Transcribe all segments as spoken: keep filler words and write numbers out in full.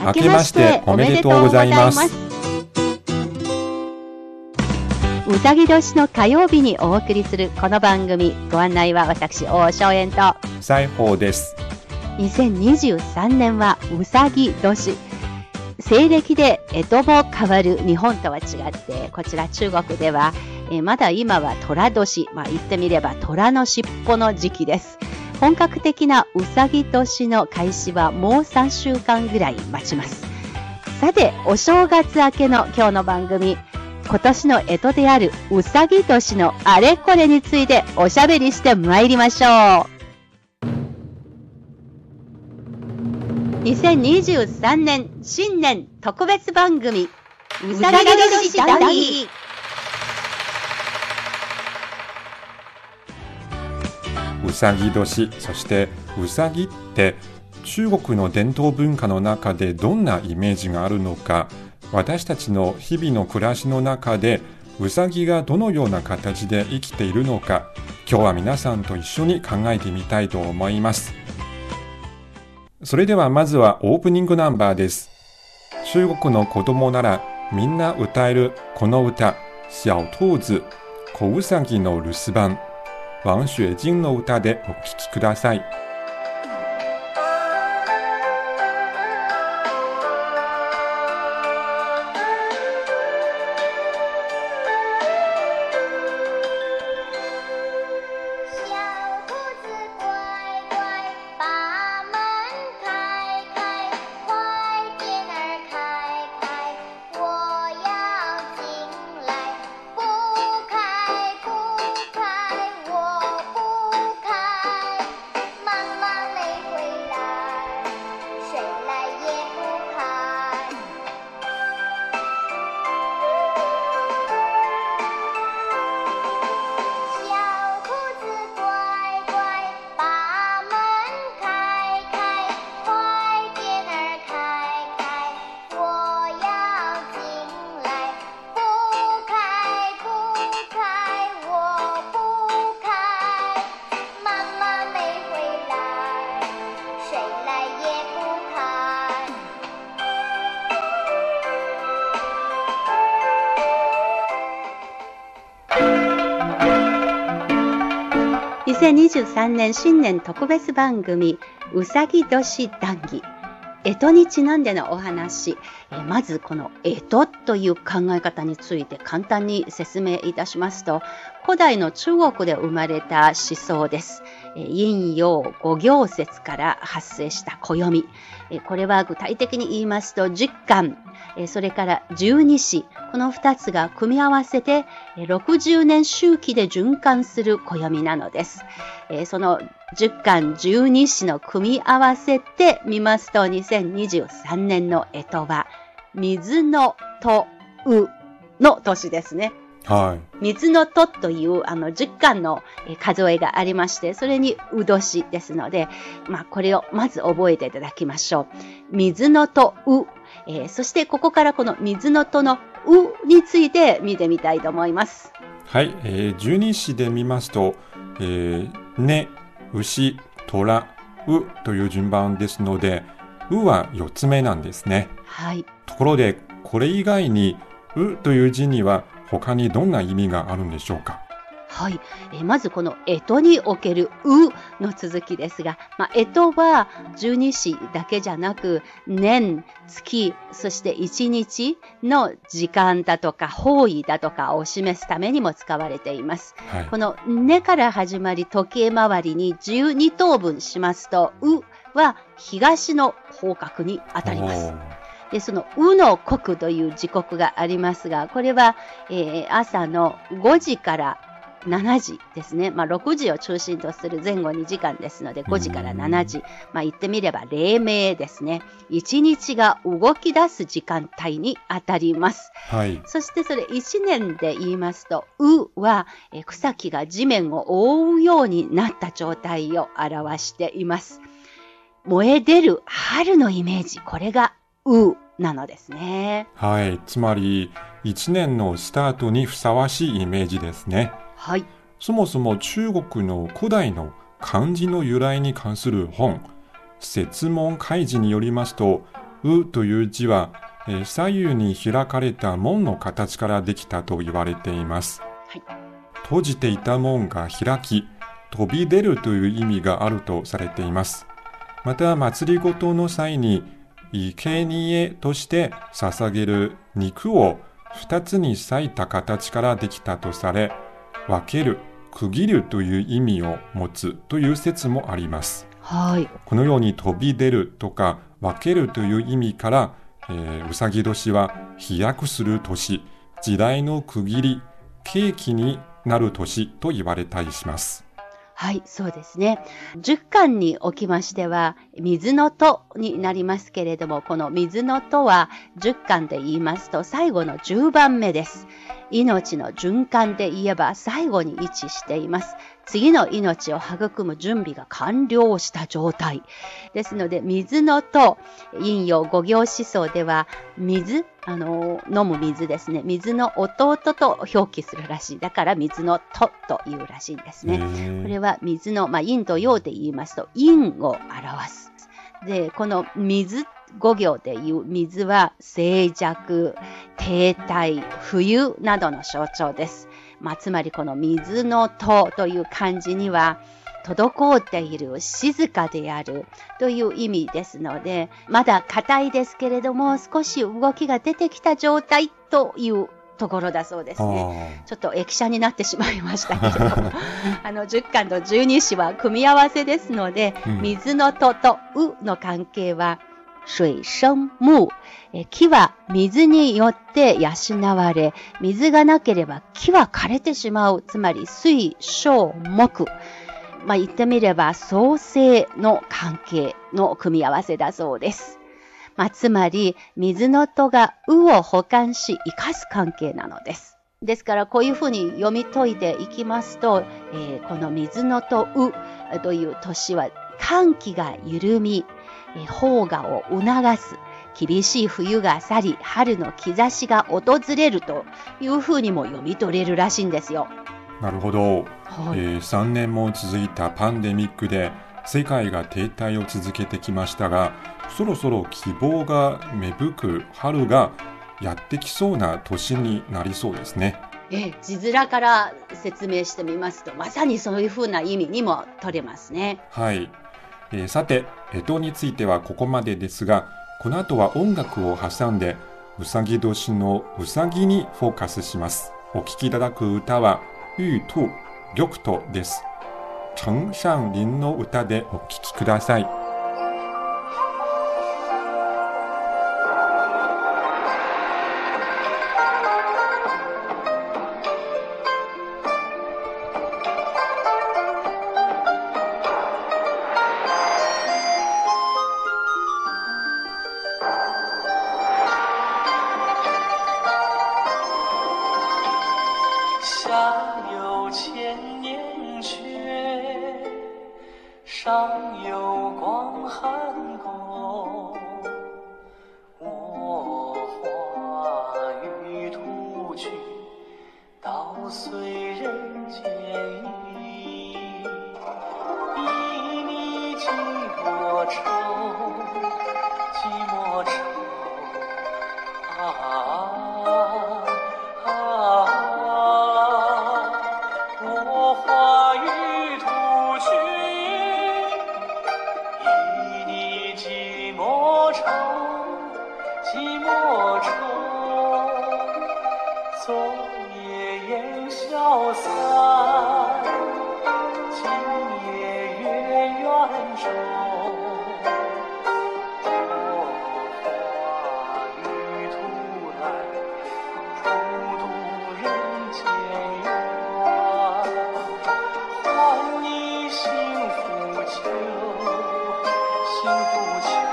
明けましておめでとうございます。 うさぎ年の火曜日にお送りするこの番組、ご案内は私大正円と西宝です。 にせんにじゅうさんねんはうさぎ年、西暦で干支も変わる日本とは違って、こちら中国ではえまだ今は寅年、まあ、言ってみれば虎の尻尾の時期です。本格的なうさぎ年の開始はもうさんしゅうかんぐらい待ちます。さて、お正月明けの今日の番組、今年の干支であるうさぎ年のあれこれについておしゃべりしてまいりましょう。にせんにじゅうさんねん新年特別番組、うさぎ年談義。 うさぎ年、そしてうさぎって中国の伝統文化の中でどんなイメージがあるのか、私たちの日々の暮らしの中でうさぎがどのような形で生きているのか、今日は皆さんと一緒に考えてみたいと思います。それではまずはオープニングナンバーです。中国の子供ならみんな歌えるこの歌、小兔子、小うさぎの留守番、王雪晶の歌でお聴きください。 にせんにじゅうさんねん新年特別番組、うさぎ年談義。干支にちなんでのお話、えまずこの干支という考え方について簡単に説明いたしますと、古代の中国で生まれた思想です。陰陽五行説から発生した暦、これは具体的に言いますと十干、それから十二支、この二つが組み合わせてろくじゅうねん周期で循環する暦なのです。その十干十二支の組み合わせてみますと、にせんにじゅうさんねんの干支は水のとうの年ですね。 はい、 水のとというあの十干の数えがありまして、それにう年ですので、まあ、これをまず覚えていただきましょう。水のとう、えー、そしてここからこの水のとのうについて見てみたいと思います。 はい、えー、十二支で見ますと、えー、ね、牛、虎、うという順番ですので、うはよっつめなんですね。 はい。 ところでこれ以外にうという字には他にどんな意味があるんでしょうか。 はい、えまずこの干支におけるうの続きですが、まあ、干支は十二支だけじゃなく、年、月、そして一日の時間だとか方位だとかを示すためにも使われています。はい、このねから始まり時計回りにじゅうに等分しますと、うは東の方角に当たります。で、そのうの刻という時刻がありますが、これは、えー、朝のごじからしちじですね。まあ、ろくじを中心とする前後にじかんですので、ごじからしちじ。まあ、言ってみれば黎明ですね。一日が動き出す時間帯に当たります。はい、そしてそれいちねんで言いますと、うは、えー、草木が地面を覆うようになった状態を表しています。燃え出る春のイメージ、これがうなのですね。 はい、つまりいちねんのスタートにふさわしいイメージですね。 はい。 そもそも中国の古代の漢字の由来に関する本、説問開示によりますと、 うという字は、えー、左右に開かれた門の形からできたと言われています。 はい、 閉じていた門が開き、飛び出るという意味があるとされています。また、祭りごとの際に、生贄として捧げる肉を二つに裂いた形からできたとされ、分ける、区切るという意味を持つという説もあります。 はい、 このように飛び出るとか分けるという意味から、えー、うさぎ年は飛躍する年、時代の区切り、契機になる年と言われたりします。 はい、そうですね。十巻におきましては、水の戸になりますけれども、この水の戸は十巻で言いますと最後のじゅうばんめです。命の循環で言えば最後に位置しています。次の命を育む準備が完了した状態。ですので、水の戸、陰陽五行思想では、水、あの、飲む水ですね。水の弟と表記するらしい。だから水の戸というらしいんですね。これは水の、まあ、陰と陽で言いますと、陰を表す。で、この水、五行でいう水は静寂、停滞、冬などの象徴です。まあ、つまりこの水の戸という漢字には、滞っている、静かであるという意味ですので、まだ硬いですけれども、少し動きが出てきた状態というところだそうですね。ちょっと駅舎になってしまいましたけれども、あのじゅっかんとじゅうに詩は組み合わせですので、うん、水の戸とうの関係は、水生木、木は水によって養われ、水がなければ木は枯れてしまう。つまり水生木。まあ、言ってみれば創生の関係の組み合わせだそうです。まあ、つまり水の戸がうを補完し生かす関係なのです。ですからこういうふうに読み解いていきますと、えー、この水の戸うという年は寒気が緩み、萌芽を促す、厳しい冬が去り、春の兆しが訪れるというふうにも読み取れるらしいんですよ。 なるほど、はい、えー、さんねんも続いたパンデミックで世界が停滞を続けてきましたが、そろそろ希望が芽吹く春がやってきそうな年になりそうですね。 えー、字面から説明してみますと、まさにそういうふうな意味にも取れますね。 はい、えー、さて、干支についてはここまでですが、この後は音楽を挟んでうさぎ年のうさぎにフォーカスします。お聴きいただく歌は玉兔、玉兎です。陳尚林の歌でお聴きください。 上有广寒宫，我化玉兔去，捣碎人间意。比你寂寞愁，寂寞愁啊啊！我化玉兔去。寂寞愁，昨夜烟消散，今夜月圆中。我化玉兔来，普渡人间缘，还你幸福秋，幸福秋。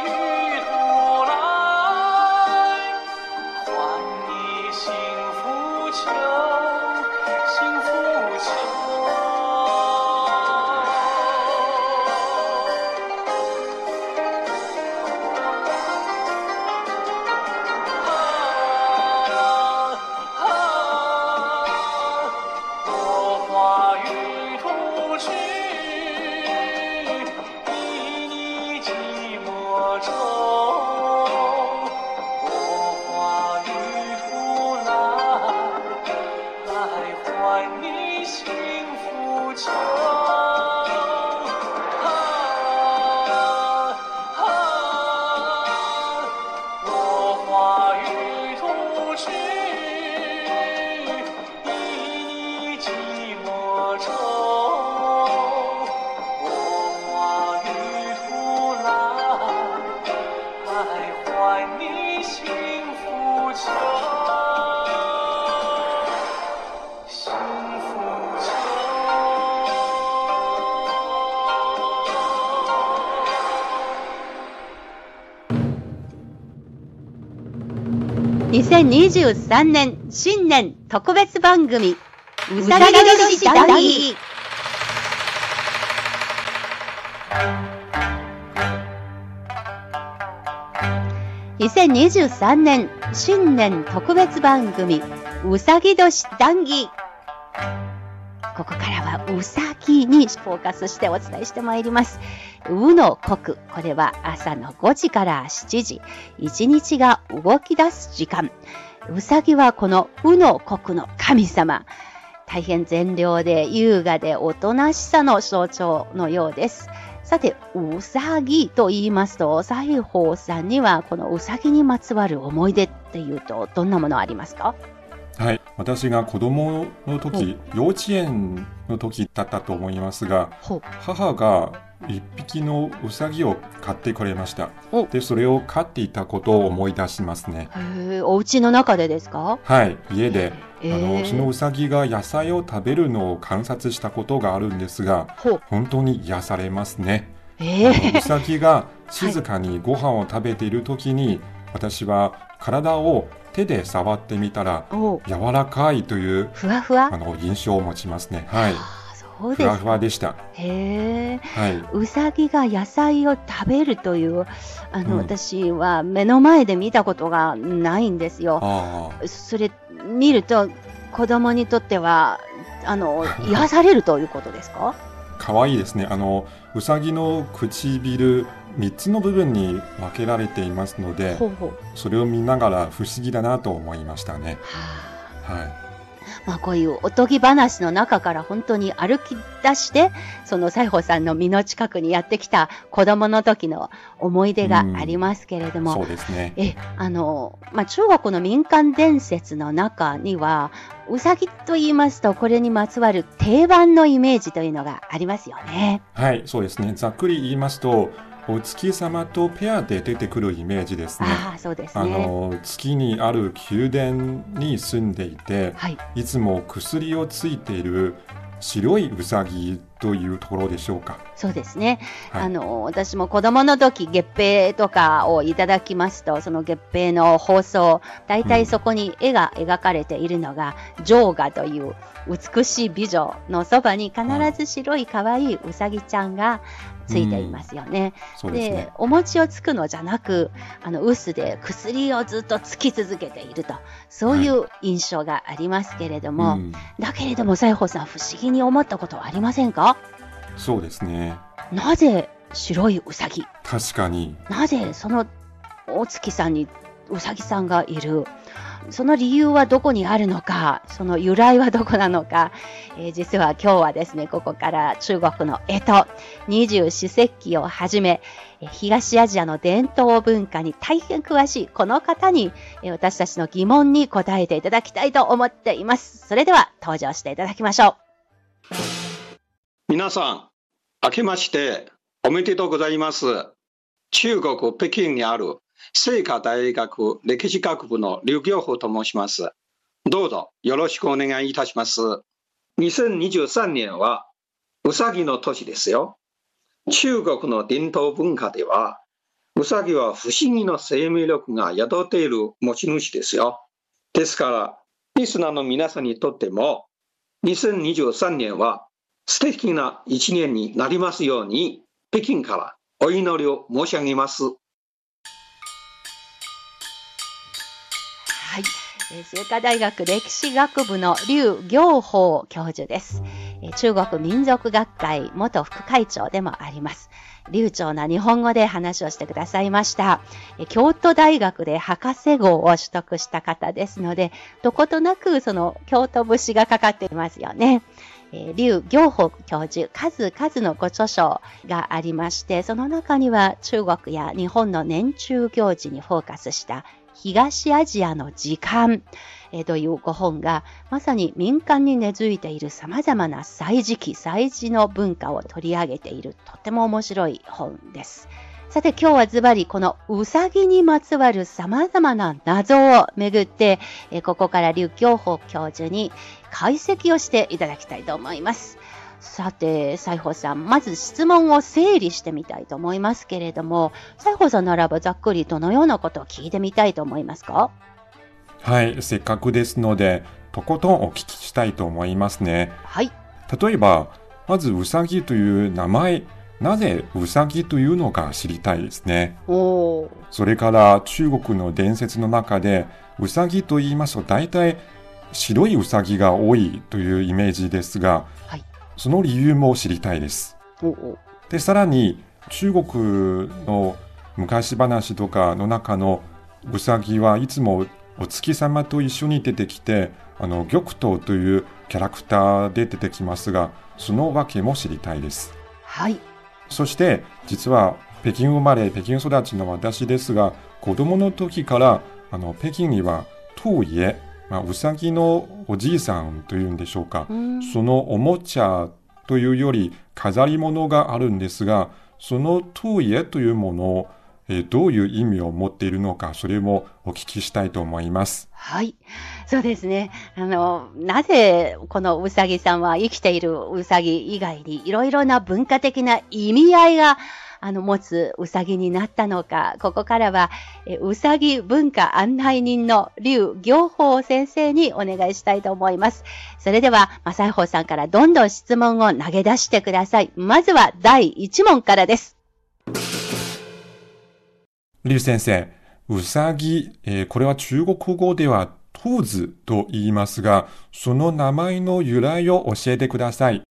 幸福家，幸福家。 にせんにじゅうさんねん新年特別番組うさぎ年談義。にせんにじゅうさんねん新年特別番組うさぎ年談義。ここからはうさぎにフォーカスしてお伝えしてまいります。うの刻、これは朝のごじからしちじ、一日が動き出す時間。うさぎはこのうの刻の神様。大変善良で優雅でおとなしさの象徴のようです。さて、うさぎと言いますと、西宝さんにはこのうさぎにまつわる思い出っていうとどんなものありますか？ はい、私が子供の時、幼稚園の時だったと思いますが、母が一匹のうさぎを飼ってくれました。で、それを飼っていたことを思い出しますね。 へー、お家の中でですか？はい、 家で、あのそのうさぎが野菜を食べるのを観察したことがあるんですが、本当に癒されますね。えー、うさぎが静かにご飯を食べている時に、はい、私は体を手で触ってみたら柔らかいというふわふわあの印象を持ちますね。はい。 そうです。 ふわふわでした。 へえ。はい。うさぎが野菜を食べるというあの、うん、私は目の前で見たことがないんですよ。あそれ見ると子供にとってはあの癒されるということですか？ かわいいですね。あのうさぎの唇みっつの部分に分けられていますので、ほうほう、それを見ながら不思議だなと思いましたね。はあ、はい。 まあ、こういうおとぎ話の中から本当に歩き出してその西宝さんの身の近くにやってきた子供の時の思い出がありますけれども、 そうですね。 えあの、まあ、中国の民間伝説の中にはうさぎと言いますとこれにまつわる定番のイメージというのがありますよね。 はい、そうですね。ざっくり言いますとお月様とペアで出てくるイメージですね。 ああ、そうですね。 あの月にある宮殿に住んでいて、はい、いつも薬をついている白いウサギというところでしょうか。 そうですね、はい、あの私も子供の時月餅とかをいただきますとその月餅の包装だいたいそこに絵が描かれているのが、うん、女雅という美しい美女のそばに必ず白い可愛いウサギちゃんがついていますよね。うん、そうですね。で、お餅をつくのじゃなくあの臼で薬をずっとつき続けているとそういう印象がありますけれども、はい、うん、だけれども西宝さん不思議に思ったことはありませんか？ そうですね。 なぜ白いウサギ？ 確かに。 なぜそのお月さんにウサギさんがいる？その理由はどこにあるのか、その由来はどこなのか、えー、実は今日はですね、ここから中国の干支、二十四節気をはじめ、東アジアの伝統文化に大変詳しいこの方に、えー、私たちの疑問に答えていただきたいと思っています。それでは登場していただきましょう。 皆さん、明けましておめでとうございます。中国北京にある清華大学歴史学部の劉行法と申します。どうぞよろしくお願いいたします。にせんにじゅうさんねんはうさぎの年ですよ。中国の伝統文化ではうさぎは不思議な生命力が宿っている持ち主ですよ。ですからリスナーの皆さんにとってもにせんにじゅうさんねんは素敵な一年になりますように北京からお祈りを申し上げます。 はい、清華大学歴史学部の劉行法教授です。中国民族学会元副会長でもあります。流暢な日本語で話をしてくださいました。京都大学で博士号を取得した方ですので、どことなくその京都節がかかっていますよね。劉行法教授、数々のご著書がありまして、その中には中国や日本の年中行事にフォーカスした東アジアの時間というご本がまさに民間に根付いている様々な祭時期、祭事の文化を取り上げているとても面白い本です。 さて今日はズバリこのうさぎにまつわる様々な謎をめぐって、えここから劉教法教授に解析をしていただきたいと思います。さて、西宝さん、まず質問を整理してみたいと思いますけれども、西宝さんならばざっくりどのようなことを聞いてみたいと思いますか？ はい、せっかくですので、とことんお聞きしたいと思いますね。 はい。 例えば、まずうさぎという名前、なぜうさぎというのか知りたいですね。 おー。 それから中国の伝説の中で、うさぎと言いますと大体白いうさぎが多いというイメージですが、 はい。 その理由も知りたいです。 おお。 で、さらに中国の昔話とかの中のうさぎはいつもお月様と一緒に出てきて、あの玉兎というキャラクターで出てきますが、そのわけも知りたいです。 はい。 そして実は北京生まれ北京育ちの私ですが、子供の時からあの北京には兔爺、まあ、うさぎのおじいさんというんでしょうか、そのおもちゃというより飾り物があるんですが、その兔爺というものを、えー、どういう意味を持っているのか、それもお聞きしたいと思います。 はい。そうですね。あの、なぜこのうさぎさんは生きているうさぎ以外にいろいろな文化的な意味合いがあの持つうさぎになったのか、ここからはえうさぎ文化案内人の劉行法先生にお願いしたいと思います。それでは、西宝さんからどんどん質問を投げ出してください。まずはだいいち問からです。 劉先生、うさぎ、えー、これは中国語では兔子と言いますが、その名前の由来を教えてください。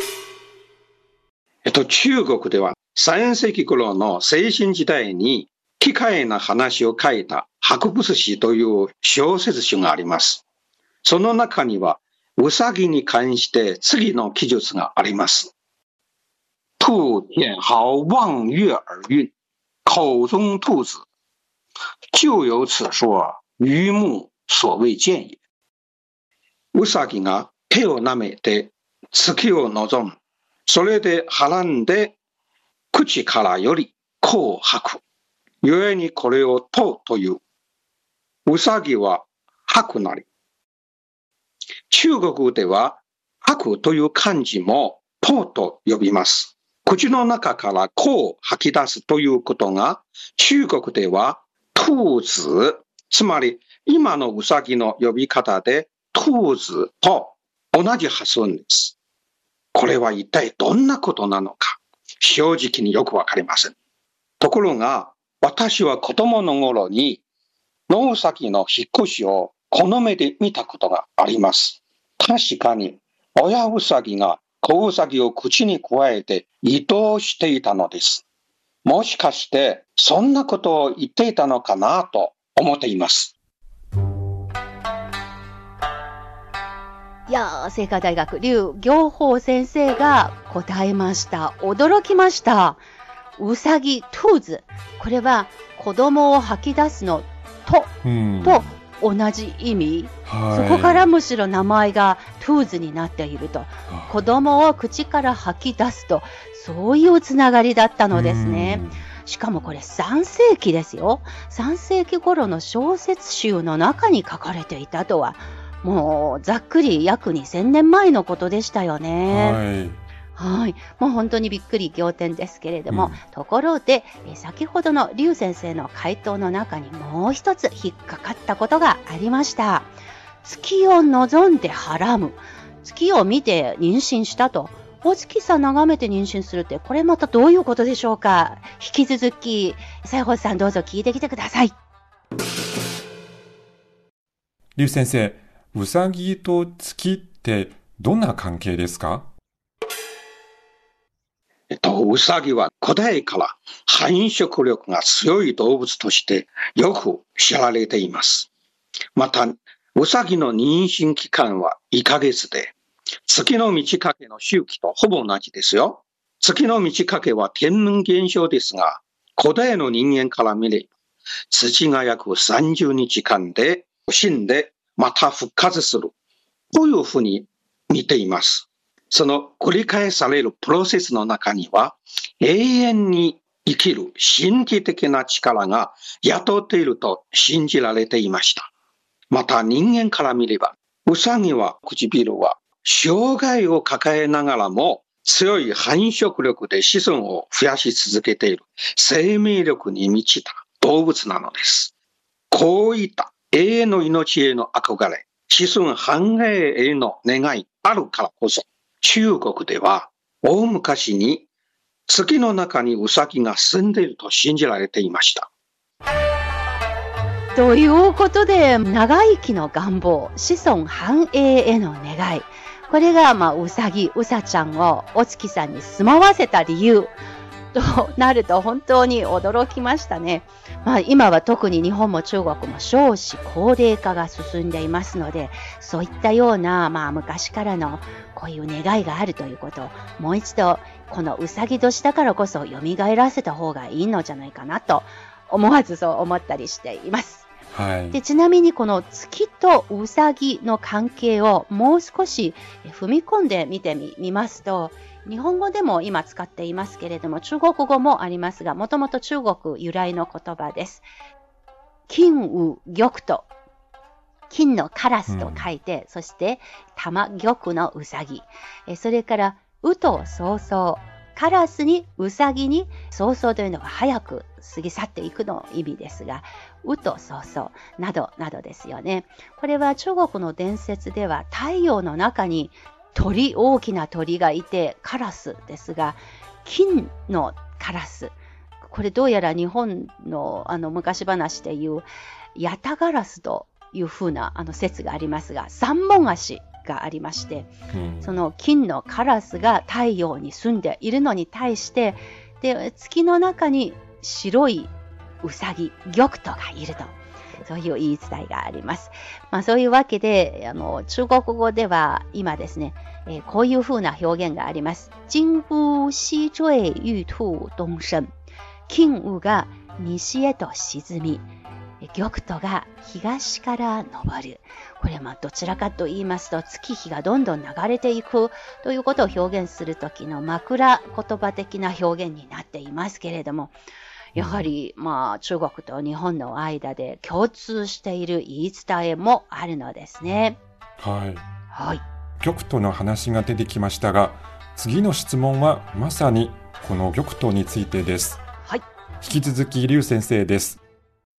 えっと、中国ではさん世紀頃の聖神時代に奇怪な話を書いた博物誌という小説集があります。その中にはうさぎに関して次の記述があります。兔天豪望月而运，口中兔子，就有此说，榆木所谓见也。うさぎが手を舐めて月を望む。それではらんで口からよりこう吐く。故にこれをとという。うさぎは吐くなり。中国では吐くという漢字もとと呼びます。口の中からこう吐き出すということが中国では兔子、つまり今のうさぎの呼び方で兔子と同じ発音です。これは一体どんなことなのか、正直によくわかりません。ところが、私は子供の頃に野うさぎの引っ越しをこの目で見たことがあります。確かに、親うさぎが子うさぎを口にくわえて移動していたのです。もしかして、そんなことを言っていたのかなと思っています。 いやー、清華大学劉行法先生が答えました。驚きました。うさぎ、兔子。これは子供を吐き出すのと、と同じ意味。そこからむしろ名前が兔子になっていると。子供を口から吐き出すと、そういうつながりだったのですね。しかもこれさん世紀ですよ。さん世紀頃の小説集の中に書かれていたとは。もうざっくり約にせんねんまえのことでしたよね。はい。はい。もう本当にびっくり仰天ですけれども、うん、ところでえ先ほどの劉先生の回答の中にもう一つ引っかかったことがありました。月を望んではらむ。月を見て妊娠したと。お月さん眺めて妊娠するって、これまたどういうことでしょうか。引き続き、西宝さんどうぞ聞いてきてください。 劉先生、うさぎと月ってどんな関係ですか？ えっと、うさぎは古代から繁殖力が強い動物としてよく知られています。また、うさぎの妊娠期間はいっかげつで、月の満ち欠けの周期とほぼ同じですよ。月の満ち欠けは天文現象ですが、古代の人間から見れば、月が約さんじゅうにちかんで死んでまた復活するというふうに見ています。その繰り返されるプロセスの中には永遠に生きる神秘的な力が宿っていると信じられていました。また人間から見れば、ウサギは唇は障害を抱えながらも強い繁殖力で子孫を増やし続けている生命力に満ちた動物なのです。こういった永遠の命への憧れ、子孫繁栄への願いあるからこそ、中国では大昔に月の中にウサギが住んでいると信じられていました。 ということで、長生きの願望、子孫繁栄への願い、これが、まあ、うさぎ、うさちゃんをお月さんに住まわせた理由となると本当に驚きましたね。まあ、今は特に日本も中国も少子高齢化が進んでいますので、そういったような、まあ、昔からのこういう願いがあるということをもう一度このうさぎ年だからこそ蘇らせた方がいいのじゃないかなと思わずそう思ったりしています。 はい、 でちなみにこの月とうさぎの関係をもう少し踏み込んで見てみますと、日本語でも今使っていますけれども、中国語もありますが、もともと中国由来の言葉です。金羽玉と、金のカラスと書いて、うん、そして玉玉のうさぎ、それからうとそうそう、カラスにウサギにそうそうというのが早く過ぎ去っていくの意味ですが、うとそうそうなどなどですよね。これは中国の伝説では太陽の中に鳥、大きな鳥がいてカラスですが、金のカラス、これどうやら日本のあの昔話でいうヤタガラスというふうなあの説がありますが、三本足がありまして、うん、その金のカラスが太陽に住んでいるのに対して、で月の中に白いウサギ、玉兎がいると、そういう言い伝えがあります。まあ、そういうわけで、あの中国語では今ですね、えー、こういうふうな表現があります。金烏西墜玉兔東升、金烏が西へと沈み、玉兎が東から昇る。これはまあどちらかと言いますと、月日がどんどん流れていくということを表現するときの枕言葉的な表現になっていますけれども、やはりまあ中国と日本の間で共通している言い伝えもあるのですね。 はい。 はい。 玉兎の話が出てきましたが、次の質問はまさにこの玉兎についてです。 はい。 引き続き劉先生です。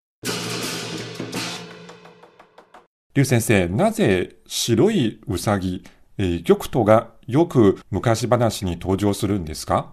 劉先生、なぜ白いウサギ、えー、玉兎がよく昔話に登場するんですか？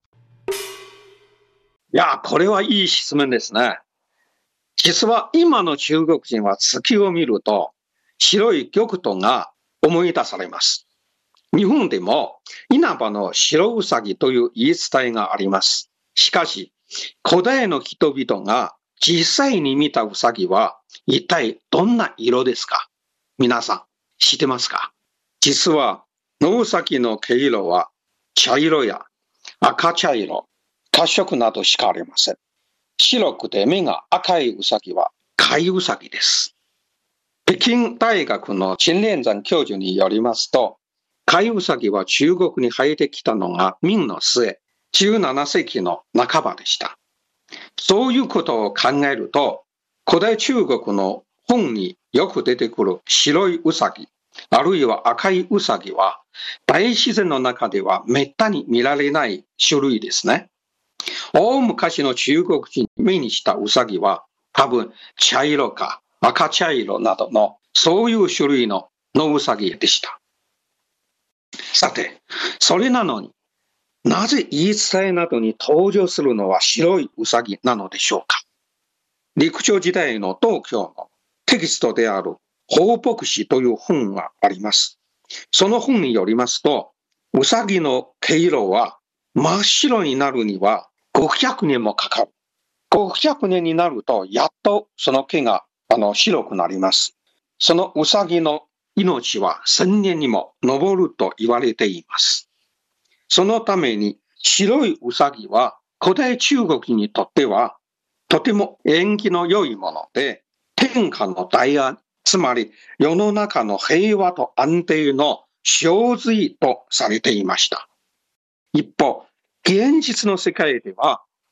いや、これはいい質問ですね。実は今の中国人は月を見ると白い玉兎が思い出されます。日本でも稲葉の白ウサギという言い伝えがあります。しかし、古代の人々が実際に見たウサギは一体どんな色ですか？皆さん知ってますか？実は野ウサギの毛色は茶色や赤茶色、褐色などしかありません。白くて目が赤いウサギは貝ウサギです。北京大学の陳連山教授によりますと、貝ウサギは中国に入ってきたのが明の末、じゅうななせいきの半ばでした。そういうことを考えると、古代中国の本によく出てくる白いウサギ、あるいは赤いウサギは、大自然の中ではめったに見られない種類ですね。大昔の中国人目にしたウサギは、多分茶色か赤茶色などのそういう種類の野ウサギでした。さて、それなのに、なぜ言い伝えなどに登場するのは白いウサギなのでしょうか？陸朝時代の東京のテキストである宝北史という本があります。その本によりますと、ウサギの毛色は真っ白になるにはごひゃくねんもかかる。ごひゃくねんになるとやっとその毛があの白くなります。そのウサギの命はせんねんにも上ると言われています。そのために白いウサギは古代中国にとってはとても縁起の良いもので、天下の大安、つまり世の中の平和と安定の象徴とされていました。一方、現実の世界では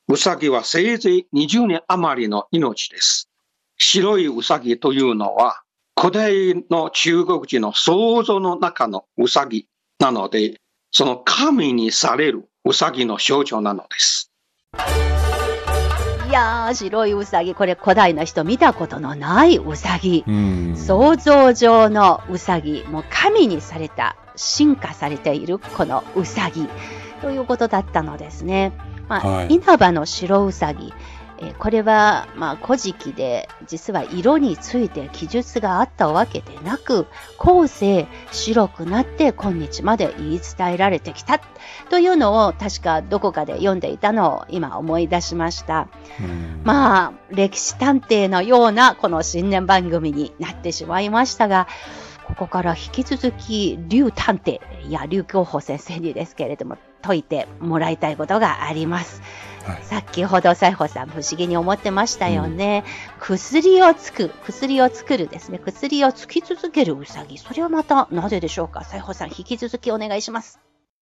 ウサギはせいぜいにじゅうねん余りの命です。白いウサギというのは、古代の中国人の想像の中のウサギなので、その神にされるウサギの象徴なのです。 いやー、白いウサギ、これ古代の人見たことのないウサギ。想像上のウサギ、もう神にされた、進化されているこのウサギということだったのですね。まあ、はい、稲葉の白ウサギ、えこれは、まあ、古事記で実は色について記述があったわけでなく、後世白くなって今日まで言い伝えられてきたというのを確かどこかで読んでいたのを今思い出しました。まあ、歴史探偵のようなこの新年番組になってしまいましたが、ここから引き続き劉探偵や劉教法先生にですけれども解いてもらいたいことがあります。はい、先ほど西穂さん不思議に思ってましたよね、うん、薬をつく薬を作るですね薬をつき続けるウサギ、それはまたなぜでしょうか。西穂さん、引き続きお願いします。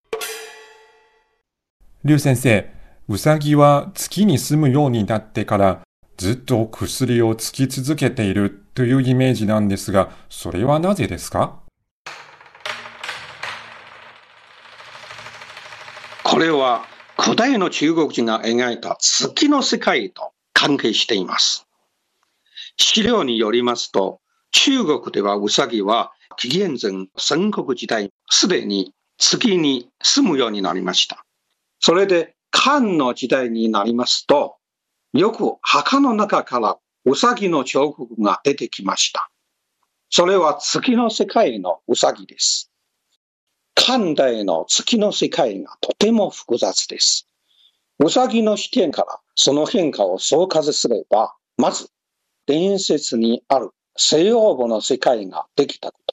劉先生、ウサギは月に住むようになってからずっと薬をつき続けているというイメージなんですが、それはなぜですか？ これは古代の中国人が描いた月の世界と関係しています。資料によりますと、中国ではウサギは紀元前戦国時代、すでに月に住むようになりました。それで漢の時代になりますと、よく墓の中からウサギの彫刻が出てきました。それは月の世界のウサギです。漢代の月の世界がとても複雑です。ウサギの視点からその変化を総括すれば、まず伝説にある西王母の世界ができたこと。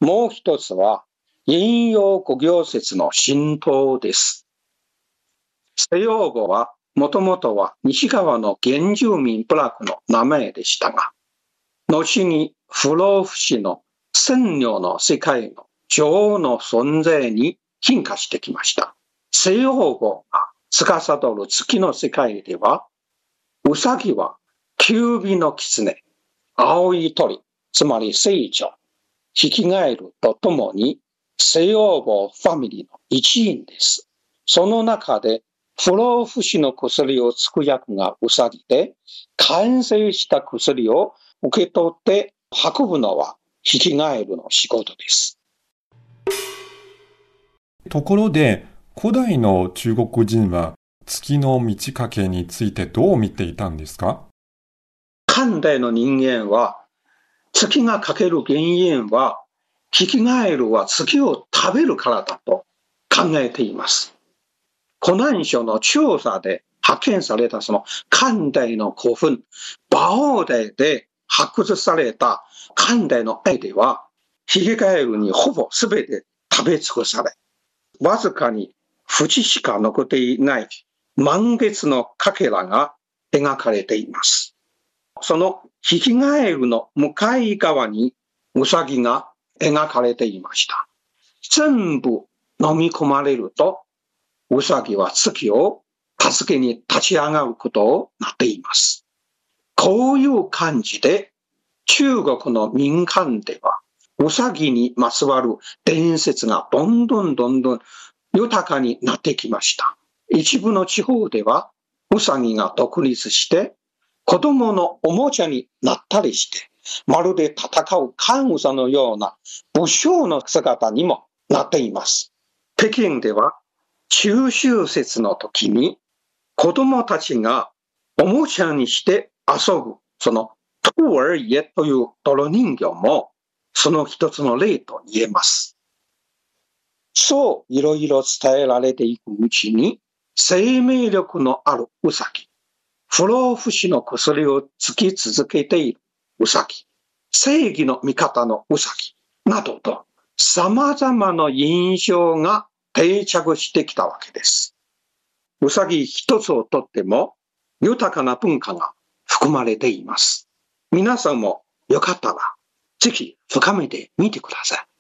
もう一つは陰陽五行説の浸透です。西王母はもともとは西側の原住民部落の名前でしたが、後に不老不死の仙女の世界の女王の存在に進化してきました。西王母が司る月の世界では、ウサギは九尾の狐、青い鳥、つまり聖女、ヒキガエルとともに西王母ファミリーの一員です。その中で不老不死の薬をつく役がウサギで、完成した薬を受け取って運ぶのはヒキガエルの仕事です。 ところで、古代の中国人は月の満ち欠けについてどう見ていたんですか？ 漢代の人間は、月が欠ける原因は、ヒキガエルは月を食べるからだと考えています。湖南省の調査で発見されたその漢代の古墳、馬王台で発掘された漢代の絵では、ヒキガエルにほぼ全て食べ尽くされ、わずかに縁しか残っていない満月のかけらが描かれています。そのヒキガエルの向かい側にウサギが描かれていました。全部飲み込まれると、ウサギは月を助けに立ち上がることをなっています。こういう感じで中国の民間ではウサギにまつわる伝説がどんどんどんどん豊かになってきました。一部の地方ではウサギが独立して子供のおもちゃになったりして、まるで戦う関羽さんのような武将の姿にもなっています。北京では中秋節の時に子供たちがおもちゃにして遊ぶ、その兔儿爷という泥人形もその一つの例と言えます。そういろいろ伝えられていくうちに、生命力のあるウサギ、不老不死の薬をつき続けているウサギ、正義の味方のウサギなどと様々な印象が定着してきたわけです。ウサギ一つをとっても豊かな文化が含まれています。皆さんもよかったらぜひ深めてみてください。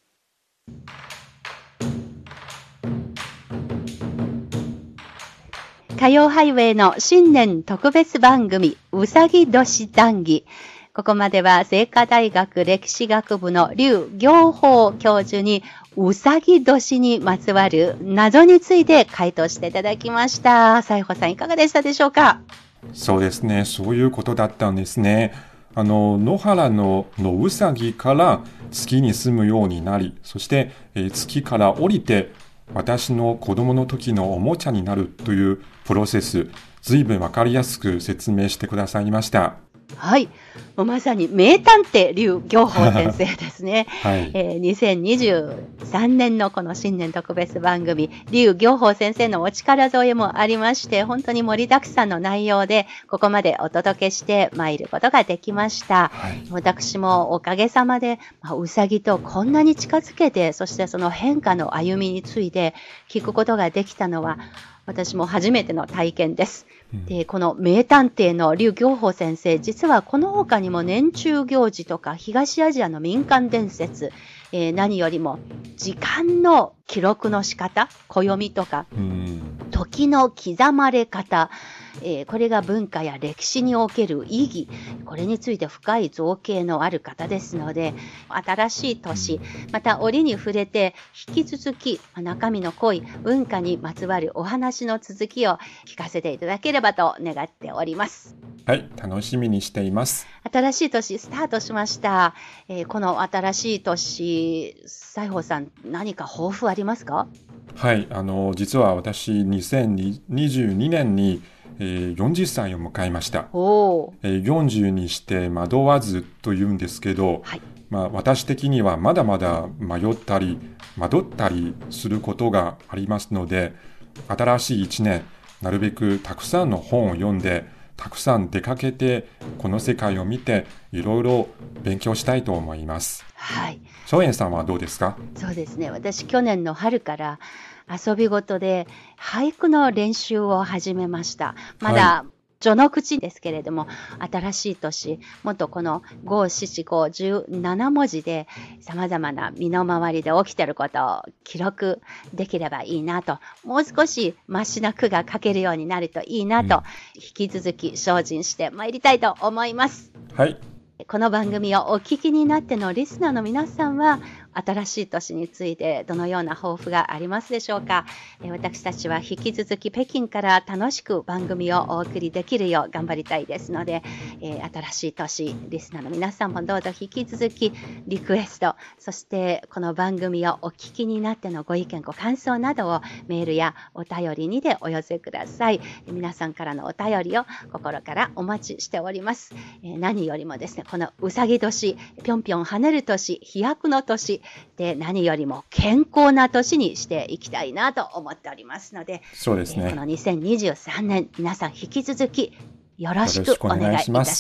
火曜ハイウェイの新年特別番組、うさぎ年談義。ここまでは清華大学歴史学部の劉行法教授にうさぎ年にまつわる謎について回答していただきました。西郷さんいかがでしたでしょうか？ そうですね、そういうことだったんですね。あの野原の野うさぎから月に住むようになり、そして、えー、月から降りて私の子供の時のおもちゃになるというプロセス、ずいぶんわかりやすく説明してくださいました。 はい、もうまさに名探偵劉行法先生ですね、 はいえー、にせんにじゅうさんねんのこの新年特別番組、劉行法先生のお力添えもありまして、本当に盛りだくさんの内容でここまでお届けしてまいることができました、はい、私もおかげさまで、まあ、うさぎとこんなに近づけて、そしてその変化の歩みについて聞くことができたのは私も初めての体験です。で、この名探偵の劉行法先生、実はこの他にも年中行事とか東アジアの民間伝説、えー、何よりも時間の記録の仕方、暦とか、時の刻まれ方、えー、これが文化や歴史における意義、これについて深い造形のある方ですので、新しい年、また折に触れて引き続き中身の濃い文化にまつわるお話の続きを聞かせていただければと願っております。 はい、楽しみにしています。 新しい年スタートしました、えー、この新しい年、西郷さん何か抱負ありますか？ はい、あの実は私にせんにじゅうにねんにえー、よんじゅっさいを迎えました。おえー、よんじゅうにして惑わずというんですけど、はい、まあ、私的にはまだまだ迷ったり惑ったりすることがありますので、新しいいちねんなるべくたくさんの本を読んで、たくさん出かけてこの世界を見ていろいろ勉強したいと思います。はい。松園さんはどうですか？ そうですね、私去年の春から遊びごとで俳句の練習を始めました。まだ序の口ですけれども、はい、新しい年、もっとこのご、しち、ご、じゅうななもじで様々な身の回りで起きていることを記録できればいいなと、もう少しマシな句が書けるようになるといいなと、うん、引き続き精進してまいりたいと思います。 はい。 この番組をお聞きになってのリスナーの皆さんは、新しい年についてどのような抱負がありますでしょうか？私たちは引き続き北京から楽しく番組をお送りできるよう頑張りたいですので、えー、新しい年、リスナーの皆さんもどうぞ引き続きリクエスト、そしてこの番組をお聞きになってのご意見ご感想などをメールやお便りにでお寄せください。皆さんからのお便りを心からお待ちしております。えー、何よりもですね、このうさぎ年、ぴょんぴょん跳ねる年、飛躍の年で、何よりも健康な年にしていきたいなと思っておりますので、 そうですね、 えー、このにせんにじゅうさんねん皆さん引き続きよろしくお願いいたします。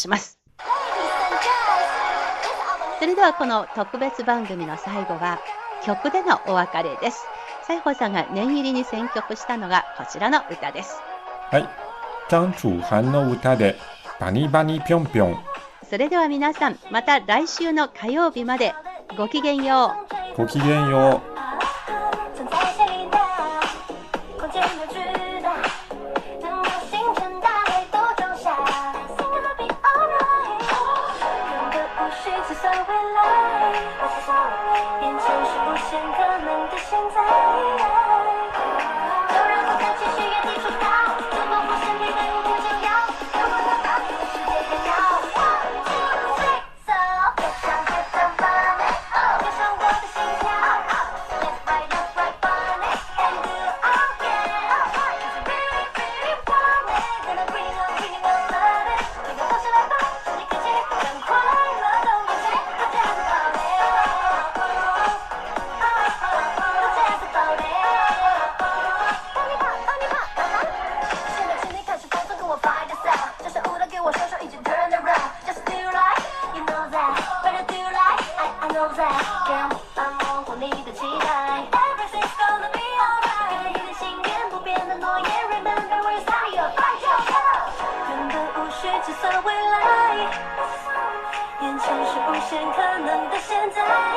それではこの特別番組の最後は曲でのお別れです。西郷さんが念入りに選曲したのがこちらの歌です。 はい、張楚涵の歌でバニバニぴょんぴょん。 それでは皆さん、また来週の火曜日までごきげんよう。ごきげんよう。 眼前是无限可能的现在。